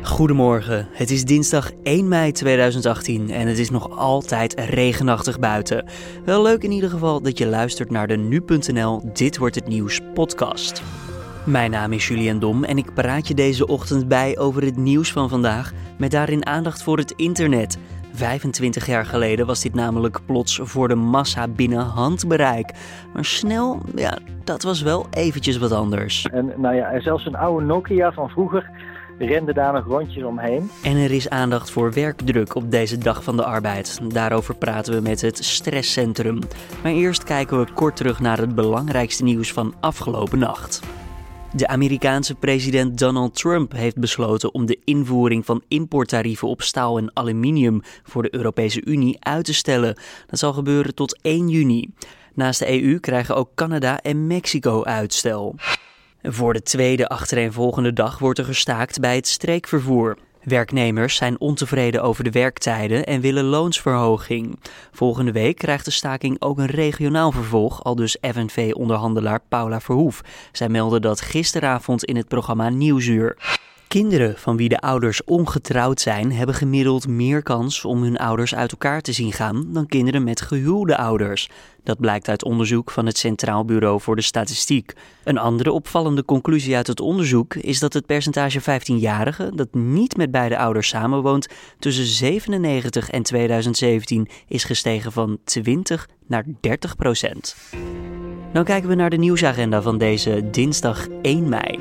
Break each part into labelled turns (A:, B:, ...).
A: Goedemorgen, het is dinsdag 1 mei 2018 en het is nog altijd regenachtig buiten. Wel leuk in ieder geval dat je luistert naar de Nu.nl Dit Wordt Het Nieuws podcast. Mijn naam is Julian Dom en ik praat je deze ochtend bij over het nieuws van vandaag met daarin aandacht voor het internet. 25 jaar geleden was dit namelijk plots voor de massa binnen handbereik. Maar snel, dat was wel eventjes wat anders.
B: En zelfs een oude Nokia van vroeger rende daar nog rondjes omheen.
A: En er is aandacht voor werkdruk op deze dag van de arbeid. Daarover praten we met het stresscentrum. Maar eerst kijken we kort terug naar het belangrijkste nieuws van afgelopen nacht. De Amerikaanse president Donald Trump heeft besloten om de invoering van importtarieven op staal en aluminium voor de Europese Unie uit te stellen. Dat zal gebeuren tot 1 juni. Naast de EU krijgen ook Canada en Mexico uitstel. Voor de tweede achtereenvolgende dag wordt er gestaakt bij het streekvervoer. Werknemers zijn ontevreden over de werktijden en willen loonsverhoging. Volgende week krijgt de staking ook een regionaal vervolg, aldus FNV-onderhandelaar Paula Verhoef. Zij meldde dat gisteravond in het programma Nieuwsuur. Kinderen van wie de ouders ongetrouwd zijn, hebben gemiddeld meer kans om hun ouders uit elkaar te zien gaan dan kinderen met gehuwde ouders. Dat blijkt uit onderzoek van het Centraal Bureau voor de Statistiek. Een andere opvallende conclusie uit het onderzoek is dat het percentage 15-jarigen dat niet met beide ouders samenwoont tussen 97 en 2017 is gestegen van 20 naar 30%. Dan kijken we naar de nieuwsagenda van deze dinsdag 1 mei.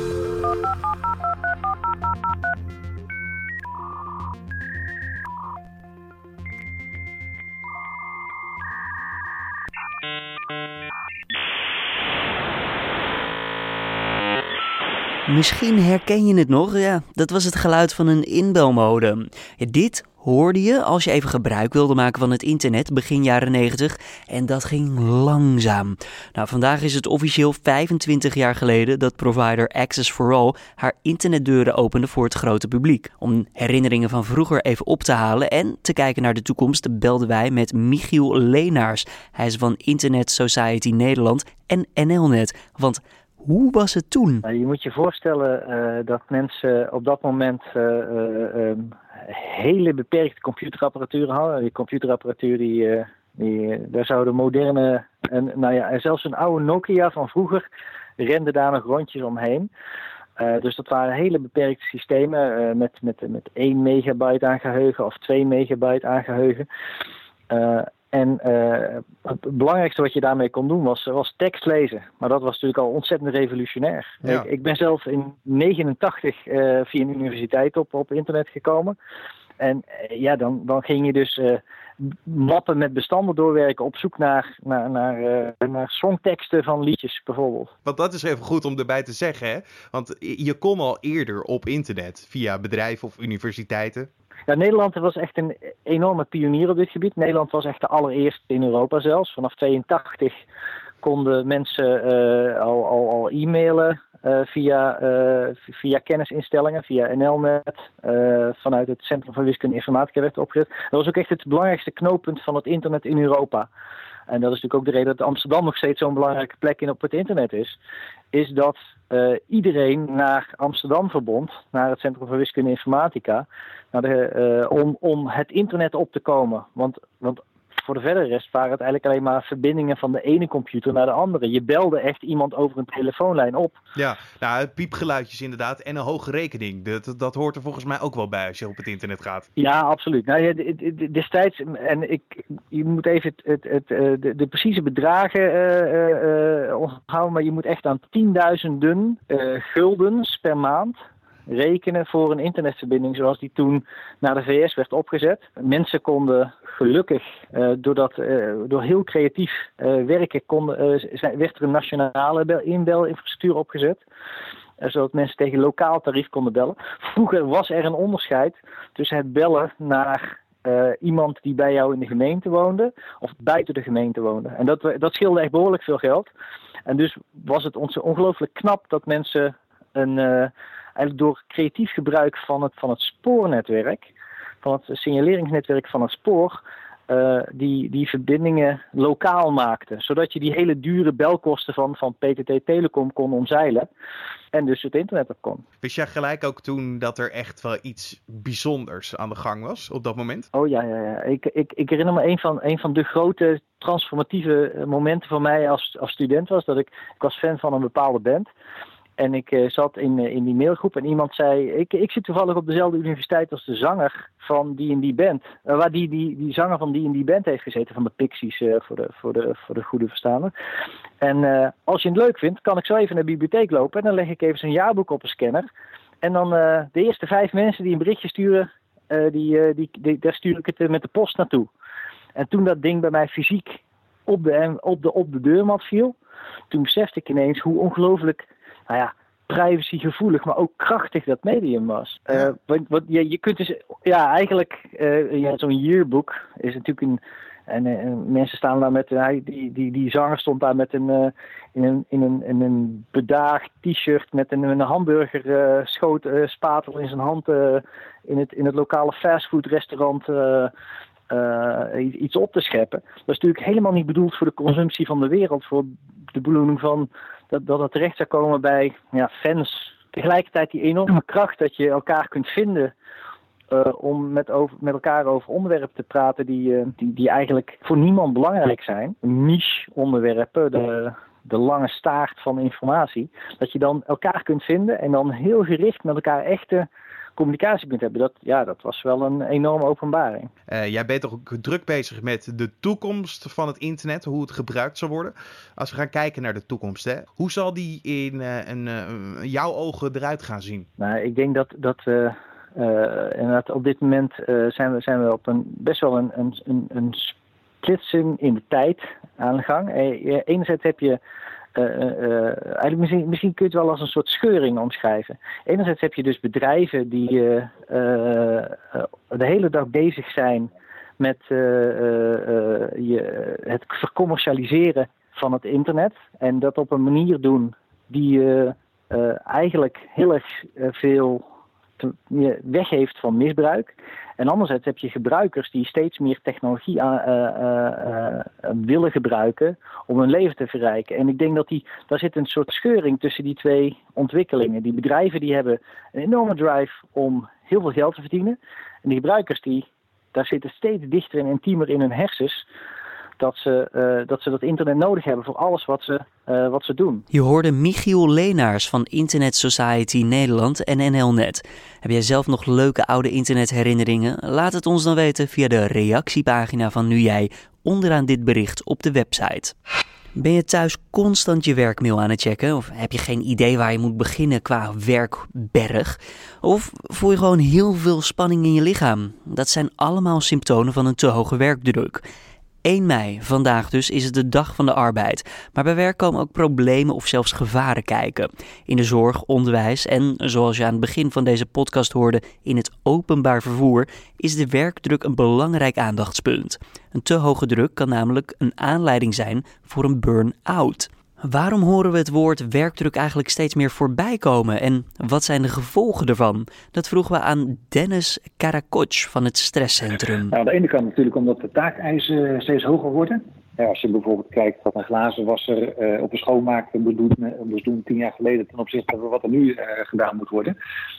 A: Misschien herken je het nog, dat was het geluid van een inbelmodem. Dit hoorde je als je even gebruik wilde maken van het internet begin jaren 90 en dat ging langzaam. Vandaag is het officieel 25 jaar geleden dat provider Access for All haar internetdeuren opende voor het grote publiek. Om herinneringen van vroeger even op te halen en te kijken naar de toekomst belden wij met Michiel Leenaars. Hij is van Internet Society Nederland en NLnet, want hoe was het toen?
B: Je moet je voorstellen dat mensen op dat moment hele beperkte computerapparatuur hadden. Die computerapparatuur daar zouden moderne en zelfs een oude Nokia van vroeger rende daar nog rondjes omheen. Dus dat waren hele beperkte systemen met 1 megabyte aan geheugen of 2 megabyte aan geheugen. En het belangrijkste wat je daarmee kon doen was tekst lezen. Maar dat was natuurlijk al ontzettend revolutionair. Ja. Ik ben zelf in 1989 via een universiteit op internet gekomen. En dan ging je dus mappen met bestanden doorwerken op zoek naar songteksten van liedjes bijvoorbeeld.
C: Want dat is even goed om erbij te zeggen, hè? Want je kon al eerder op internet via bedrijven of universiteiten.
B: Ja, Nederland was echt een enorme pionier op dit gebied. Nederland was echt de allereerste in Europa zelfs. Vanaf 82 konden mensen al e-mailen via kennisinstellingen, via NLnet. Vanuit het Centrum voor Wiskunde en Informatica werd opgezet. Dat was ook echt het belangrijkste knooppunt van het internet in Europa. En dat is natuurlijk ook de reden dat Amsterdam nog steeds zo'n belangrijke plek op het internet is dat iedereen naar Amsterdam verbond, naar het Centrum voor Wiskunde en Informatica, om het internet op te komen. Want voor de verdere rest waren het eigenlijk alleen maar verbindingen van de ene computer naar de andere. Je belde echt iemand over een telefoonlijn op.
C: Ja, piepgeluidjes inderdaad en een hoge rekening. Dat hoort er volgens mij ook wel bij als je op het internet gaat.
B: Ja, absoluut. Destijds, en je moet even de precieze bedragen onthouden, maar je moet echt aan tienduizenden guldens per maand rekenen voor een internetverbinding zoals die toen naar de VS werd opgezet. Mensen konden gelukkig, door heel creatief werken, werd er een nationale inbelinfrastructuur opgezet. Zodat mensen tegen lokaal tarief konden bellen. Vroeger was er een onderscheid tussen het bellen naar iemand die bij jou in de gemeente woonde of buiten de gemeente woonde. En dat scheelde echt behoorlijk veel geld. En dus was het ongelooflijk knap dat mensen eigenlijk door creatief gebruik van het spoornetwerk, van het signaleringsnetwerk van het spoor, die verbindingen lokaal maakte. Zodat je die hele dure belkosten van PTT Telecom kon omzeilen. En dus het internet op kon.
C: Wist jij gelijk ook toen dat er echt wel iets bijzonders aan de gang was op dat moment?
B: Oh ja. Ik herinner me een van de grote transformatieve momenten voor mij als student was. Dat ik was fan van een bepaalde band. En ik zat in die mailgroep en iemand zei... Ik zit toevallig op dezelfde universiteit als de zanger van die en die band. Waar die zanger van die en die band heeft gezeten, van de Pixies, voor de goede verstaander. En als je het leuk vindt, kan ik zo even naar de bibliotheek lopen... en dan leg ik even zijn jaarboek op een scanner. En dan de eerste 5 mensen die een berichtje sturen... daar stuur ik het met de post naartoe. En toen dat ding bij mij fysiek op de deurmat viel... toen besefte ik ineens hoe ongelooflijk... privacygevoelig, maar ook krachtig dat medium was. Je kunt dus... zo'n yearbook is natuurlijk en mensen staan daar met... Die zanger stond daar met in een bedaagd t-shirt... met een hamburger spatel in zijn hand... in het lokale fastfoodrestaurant... iets op te scheppen. Dat is natuurlijk helemaal niet bedoeld voor de consumptie van de wereld... voor de bedoeling van... Dat het terecht zou komen bij fans. Tegelijkertijd die enorme kracht dat je elkaar kunt vinden... om met elkaar over onderwerpen te praten die eigenlijk voor niemand belangrijk zijn. Niche onderwerpen, de lange staart van informatie. Dat je dan elkaar kunt vinden en dan heel gericht met elkaar echte communicatie kunt hebben. Dat was wel een enorme openbaring.
C: Jij bent toch ook druk bezig met de toekomst van het internet, hoe het gebruikt zal worden. Als we gaan kijken naar de toekomst, hè, hoe zal die in jouw ogen eruit gaan zien?
B: Nou, ik denk dat inderdaad op dit moment zijn we op best wel een splitsing in de tijd aan de gang. Enerzijds heb je eigenlijk misschien kun je het wel als een soort scheuring omschrijven. Enerzijds heb je dus bedrijven die de hele dag bezig zijn met het vercommercialiseren van het internet. En dat op een manier doen die eigenlijk heel erg veel weggeeft van misbruik. En anderzijds heb je gebruikers die steeds meer technologie willen gebruiken om hun leven te verrijken. En ik denk dat daar zit een soort scheuring tussen die twee ontwikkelingen. Die bedrijven die hebben een enorme drive om heel veel geld te verdienen. En die gebruikers daar zitten steeds dichter en intiemer in hun hersens dat ze dat internet nodig hebben voor alles wat ze doen.
A: Je hoorde Michiel Leenaars van Internet Society Nederland en NLnet. Heb jij zelf nog leuke oude internetherinneringen? Laat het ons dan weten via de reactiepagina van Nu Jij onderaan dit bericht op de website. Ben je thuis constant je werkmail aan het checken? Of heb je geen idee waar je moet beginnen qua werkberg? Of voel je gewoon heel veel spanning in je lichaam? Dat zijn allemaal symptomen van een te hoge werkdruk. 1 mei, vandaag dus, is het de dag van de arbeid. Maar bij werk komen ook problemen of zelfs gevaren kijken. In de zorg, onderwijs en, zoals je aan het begin van deze podcast hoorde, in het openbaar vervoer is de werkdruk een belangrijk aandachtspunt. Een te hoge druk kan namelijk een aanleiding zijn voor een burn-out. Waarom horen we het woord werkdruk eigenlijk steeds meer voorbij komen en wat zijn de gevolgen ervan? Dat vroegen we aan Dennis Karakoc van het Stresscentrum.
D: Nou, aan de ene kant natuurlijk omdat de taakeisen steeds hoger worden. Ja, als je bijvoorbeeld kijkt wat een glazenwasser op een schoonmaak moest doen 10 jaar geleden ten opzichte van wat er nu gedaan moet worden.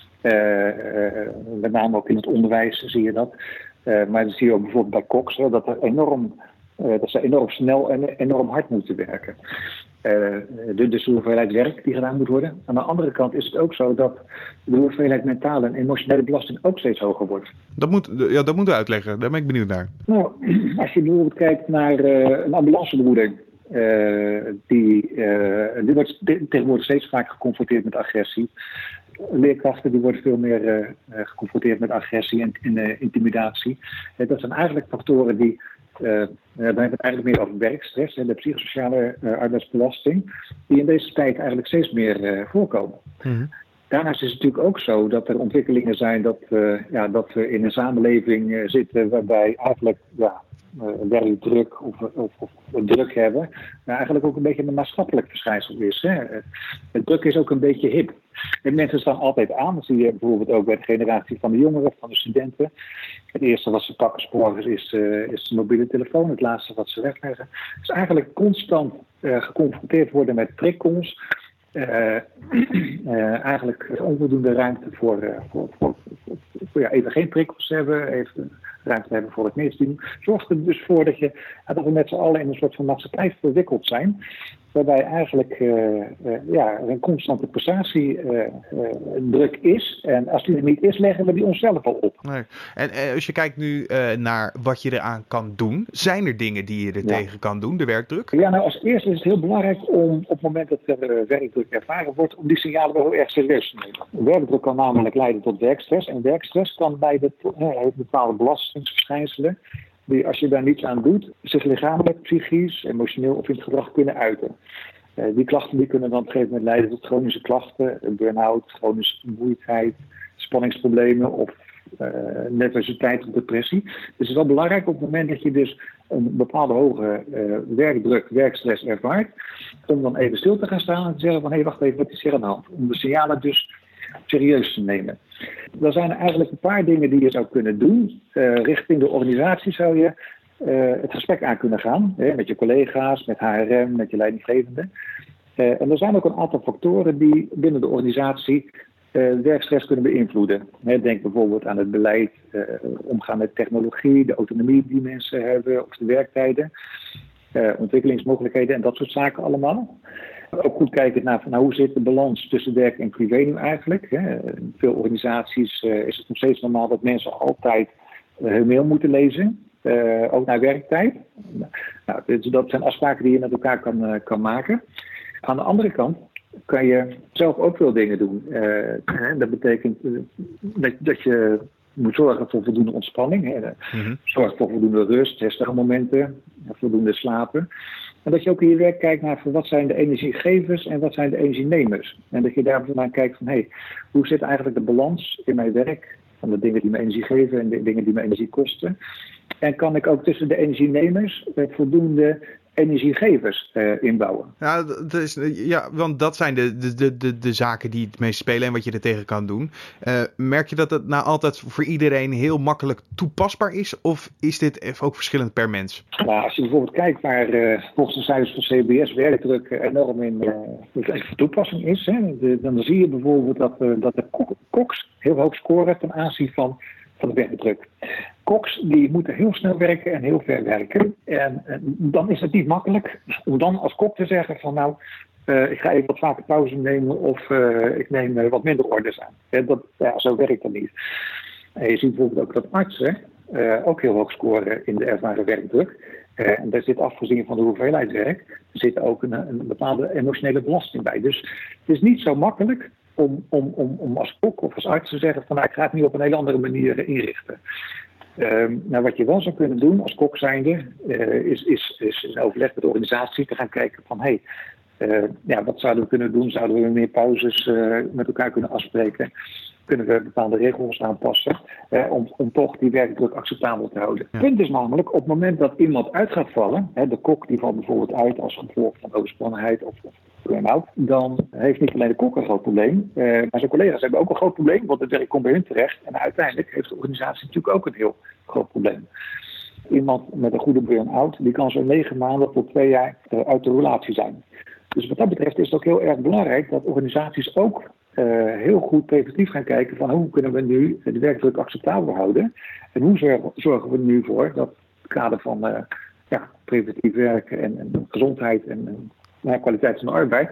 D: Met name ook in het onderwijs zie je dat. Maar dat zie je ook bijvoorbeeld bij koks, dat ze enorm snel en enorm hard moeten werken. Dus de hoeveelheid werk die gedaan moet worden. Aan de andere kant is het ook zo dat de hoeveelheid mentale en emotionele belasting ook steeds hoger wordt.
C: Dat moet u uitleggen, daar ben ik benieuwd naar.
D: Nou, als je bijvoorbeeld kijkt naar een ambulancebroeder. Die wordt tegenwoordig steeds vaker geconfronteerd met agressie. Leerkrachten die worden veel meer geconfronteerd met agressie en intimidatie. Dat zijn eigenlijk factoren die... dan hebben we het eigenlijk meer over werkstress en de psychosociale arbeidsbelasting, die in deze tijd eigenlijk steeds meer voorkomen. Mm-hmm. Daarnaast is het natuurlijk ook zo dat er ontwikkelingen zijn dat we in een samenleving zitten waarbij eigenlijk werkdruk of druk hebben, eigenlijk ook een beetje een maatschappelijk verschijnsel is. Hè. Het druk is ook een beetje hip. En mensen staan altijd aan. Dat zie je bijvoorbeeld ook bij de generatie van de jongeren, van de studenten. Het eerste wat ze pakken 's morgens is de mobiele telefoon. Het laatste wat ze wegleggen. Dus eigenlijk constant geconfronteerd worden met prikkels. Eigenlijk onvoldoende ruimte voor even geen prikkels hebben, even ruimte hebben voor het meest doen. Zorgt er dus voor dat we met z'n allen in een soort van maatschappij verwikkeld zijn. Waarbij eigenlijk een constante prestatiedruk is. En als die er niet is, leggen we die onszelf al op.
C: Nee. En als je kijkt nu naar wat je eraan kan doen. Zijn er dingen die je er tegen kan doen, de werkdruk?
D: Ja, nou als eerste is het heel belangrijk om op het moment dat er werkdruk ervaren wordt, om die signalen wel heel erg serieus te nemen. Werkdruk kan namelijk leiden tot werkstress. En werkstress kan leiden tot bepaalde belastingsverschijnselen. Die, als je daar niets aan doet, zich lichamelijk, psychisch, emotioneel of in het gedrag kunnen uiten. Die klachten die kunnen dan op een gegeven moment leiden tot chronische klachten, burn-out, chronische vermoeidheid, spanningsproblemen of nervositeit of depressie. Dus het is wel belangrijk op het moment dat je dus een bepaalde hoge werkdruk, werkstress ervaart, om dan even stil te gaan staan en te zeggen van hé, wacht even, wat is hier aan de hand? Om de signalen dus serieus te nemen. Er zijn er eigenlijk een paar dingen die je zou kunnen doen. Richting de organisatie zou je het gesprek aan kunnen gaan. Met je collega's, met HRM, met je leidinggevende. En er zijn ook een aantal factoren die binnen de organisatie werkstress kunnen beïnvloeden. Denk bijvoorbeeld aan het beleid, omgaan met technologie, de autonomie die mensen hebben, of de werktijden, ontwikkelingsmogelijkheden en dat soort zaken allemaal. Ook goed kijken naar hoe zit de balans tussen werk en privé nu eigenlijk. In veel organisaties is het nog steeds normaal dat mensen altijd hun mail moeten lezen. Ook naar werktijd. Nou, dat zijn afspraken die je met elkaar kan maken. Aan de andere kant kan je zelf ook veel dingen doen. Dat betekent dat je moet zorgen voor voldoende ontspanning. Zorg voor voldoende rust, herstelmomenten, voldoende slapen. En dat je ook in je werk kijkt naar wat zijn de energiegevers en wat zijn de energienemers. En dat je daar naar kijkt van hoe zit eigenlijk de balans in mijn werk van de dingen die me energie geven en de dingen die me energie kosten. En kan ik ook tussen de energienemers voldoende energiegevers inbouwen.
C: Ja, want dat zijn de zaken die het meest spelen en wat je er tegen kan doen. Merk je dat het nou altijd voor iedereen heel makkelijk toepasbaar is? Of is dit ook verschillend per mens?
D: Nou, als je bijvoorbeeld kijkt waar volgens de cijfers van CBS werkdruk enorm in toepassing is. Dan zie je bijvoorbeeld dat de koks heel hoog scoren ten aanzien van de werkdruk. Koks die moeten heel snel werken en heel ver werken. En dan is het niet makkelijk om dan als kok te zeggen van ik ga even wat vaker pauze nemen of ik neem wat minder orders aan. Zo werkt dat niet. En je ziet bijvoorbeeld ook dat artsen ook heel hoog scoren in de ervaren werkdruk. En daar zit afgezien van de hoeveelheid werk, er zit ook een bepaalde emotionele belasting bij. Dus het is niet zo makkelijk om als kok of als arts te zeggen van ik ga het nu op een hele andere manier inrichten. Wat je wel zou kunnen doen als kok zijnde is in overleg met de organisatie te gaan kijken van wat zouden we kunnen doen? Zouden we meer pauzes met elkaar kunnen afspreken? Kunnen we bepaalde regels aanpassen om toch die werkdruk acceptabel te houden. Het punt is namelijk, op het moment dat iemand uit gaat vallen, de kok die valt bijvoorbeeld uit als gevolg van overspannenheid of burn-out, dan heeft niet alleen de kok een groot probleem, maar zijn collega's hebben ook een groot probleem, want het werk komt bij hun terecht en uiteindelijk heeft de organisatie natuurlijk ook een heel groot probleem. Iemand met een goede burn-out, die kan zo'n 9 maanden tot 2 jaar uit de relatie zijn. Dus wat dat betreft is het ook heel erg belangrijk dat organisaties ook heel goed preventief gaan kijken van hoe kunnen we nu de werkdruk acceptabel houden. En hoe zorgen we er nu voor dat het kader van preventief werken en gezondheid en kwaliteit van de arbeid,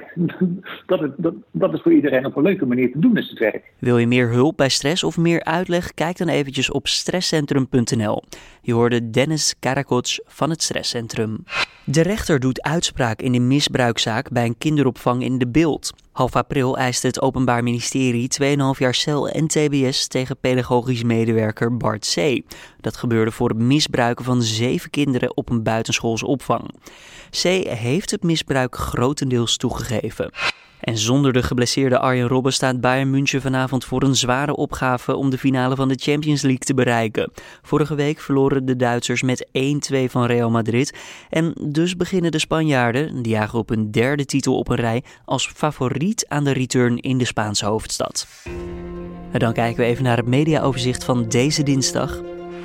D: dat het voor iedereen op een leuke manier te doen is, het werk.
A: Wil je meer hulp bij stress of meer uitleg? Kijk dan eventjes op stresscentrum.nl. Je hoorde Dennis Karakots van het Stresscentrum. De rechter doet uitspraak in de misbruikzaak bij een kinderopvang in De Bilt. Half april eiste het Openbaar Ministerie 2,5 jaar cel en tbs tegen pedagogisch medewerker Bart C. Dat gebeurde voor het misbruiken van 7 kinderen op een buitenschoolse opvang. C heeft het misbruik grotendeels toegegeven. En zonder de geblesseerde Arjen Robben staat Bayern München vanavond voor een zware opgave om de finale van de Champions League te bereiken. Vorige week verloren de Duitsers met 1-2 van Real Madrid. En dus beginnen de Spanjaarden, die jagen op hun derde titel op een rij, als favoriet aan de return in de Spaanse hoofdstad. En dan kijken we even naar het mediaoverzicht van deze dinsdag.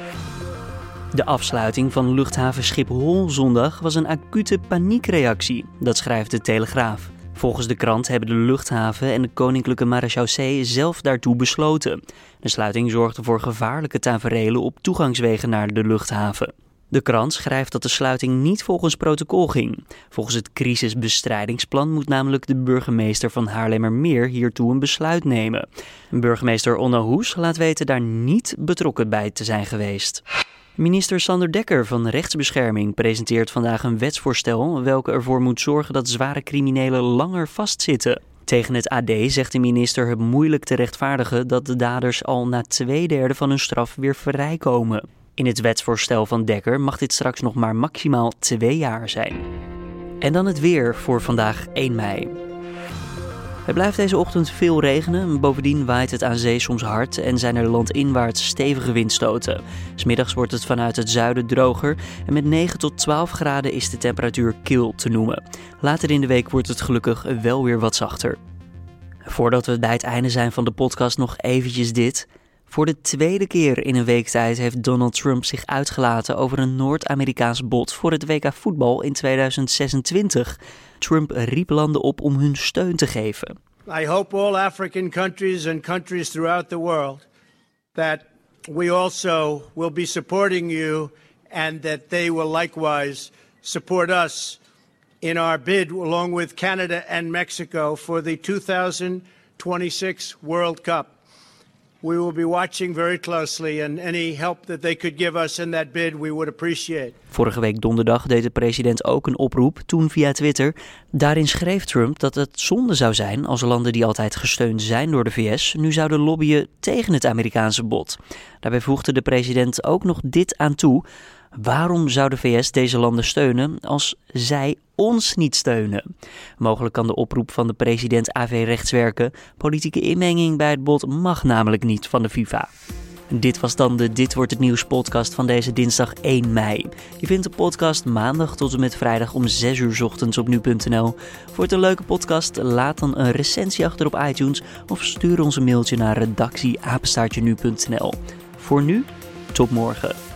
A: De afsluiting van luchthaven Schiphol zondag was een acute paniekreactie, dat schrijft de Telegraaf. Volgens de krant hebben de luchthaven en de Koninklijke Marechaussee zelf daartoe besloten. De sluiting zorgde voor gevaarlijke taferelen op toegangswegen naar de luchthaven. De krant schrijft dat de sluiting niet volgens protocol ging. Volgens het crisisbestrijdingsplan moet namelijk de burgemeester van Haarlemmermeer hiertoe een besluit nemen. Burgemeester Onno Hoes laat weten daar niet betrokken bij te zijn geweest. Minister Sander Dekker van Rechtsbescherming presenteert vandaag een wetsvoorstel welke ervoor moet zorgen dat zware criminelen langer vastzitten. Tegen het AD zegt de minister het moeilijk te rechtvaardigen dat de daders al na 2/3 van hun straf weer vrijkomen. In het wetsvoorstel van Dekker mag dit straks nog maar maximaal 2 jaar zijn. En dan het weer voor vandaag 1 mei. Het blijft deze ochtend veel regenen, bovendien waait het aan zee soms hard en zijn er landinwaarts stevige windstoten. 's Middags wordt het vanuit het zuiden droger en met 9 tot 12 graden is de temperatuur kil te noemen. Later in de week wordt het gelukkig wel weer wat zachter. Voordat we bij het einde zijn van de podcast nog eventjes dit. Voor de tweede keer in een week tijd heeft Donald Trump zich uitgelaten over een Noord-Amerikaans bod voor het WK voetbal in 2026. Trump riep landen op om hun steun te geven.
E: I hope all African countries and countries throughout the world that we also will be supporting you and that they will likewise support us in our bid along with Canada and Mexico for the 2026 World Cup. We will be watching very closely and any help that they could give us in that bid we would appreciate.
A: Vorige week donderdag deed de president ook een oproep, toen via Twitter. Daarin schreef Trump dat het zonde zou zijn als landen die altijd gesteund zijn door de VS nu zouden lobbyen tegen het Amerikaanse bod. Daarbij voegde de president ook nog dit aan toe. Waarom zou de VS deze landen steunen als zij ons niet steunen? Mogelijk kan de oproep van de president averechts werken. Politieke inmenging bij het bod mag namelijk niet van de FIFA. Dit was dan de Dit Wordt Het Nieuws podcast van deze dinsdag 1 mei. Je vindt de podcast maandag tot en met vrijdag om 6 uur 's ochtends op nu.nl. Voor het een leuke podcast, laat dan een recensie achter op iTunes of stuur ons een mailtje naar redactie@nu.nl. Voor nu, tot morgen.